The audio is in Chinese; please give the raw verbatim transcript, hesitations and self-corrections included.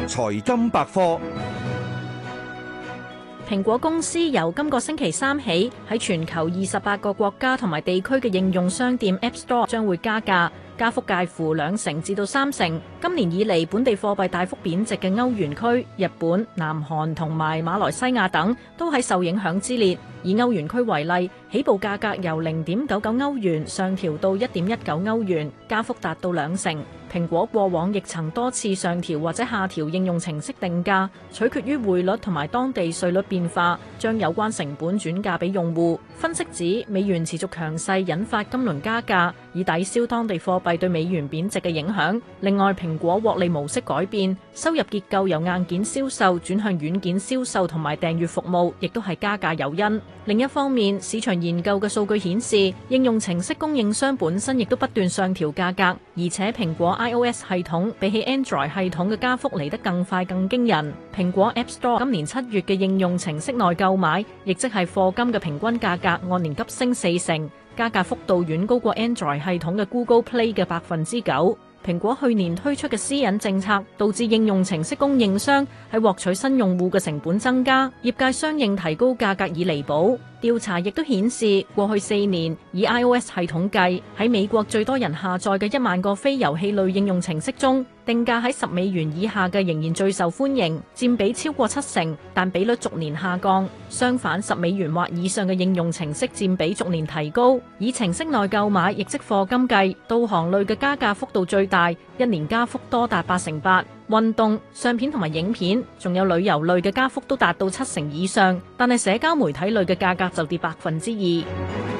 財金百科。 蘋果公司由今個星期三起，喺全球二十八個國家同埋地區嘅應用商店 App Store 將會加價，加幅介乎兩成至到三成。今年以嚟本地貨幣大幅貶值嘅歐元區、日本、南韓同埋馬來西亞等都喺受影響之列。以歐元區為例，起步價格由零點九九歐元上調到一點一九歐元，加幅達到兩成。蘋果過往亦曾多次上調或者下調應用程式定價，取決於匯率同埋當地稅率變化，將有關成本轉嫁俾用戶。分析指美元持續強勢引發今輪加價，以抵消當地貨幣對美元貶值嘅影響。另外，蘋果獲利模式改變，收入結構由硬件銷售轉向軟件銷售同埋訂閱服務，亦都係加價誘因。另一方面，市場研究嘅數據顯示，應用程式供應商本身亦都不斷上調價格，而且蘋果 iOS 系統比起 Android 系統嘅加幅嚟得更快更驚人。蘋果 App Store 今年七月嘅應用程式內購買，亦即係課金嘅平均價格按年急升四成，加價幅度遠高過 Android 系統嘅 Google Play 嘅百分之九。蘋果去年推出嘅私隱政策，導致應用程式供應商喺獲取新用戶嘅成本增加，業界相應提高價格以彌補。調查亦都顯示，過去四年以 iOS 系統計，喺美國最多人下載嘅一萬個非遊戲類應用程式中，定價喺十美元以下嘅仍然最受歡迎，佔比超過七成，但比率逐年下降。相反，十美元或以上嘅應用程式佔比逐年提高。以程式內購買，亦即課金計，導航類嘅加價幅度最大，一年加幅多達八成八。運動、相片同埋影片，仲有旅遊類嘅加幅都達到七成以上，但係社交媒體類嘅價格就跌百分之二。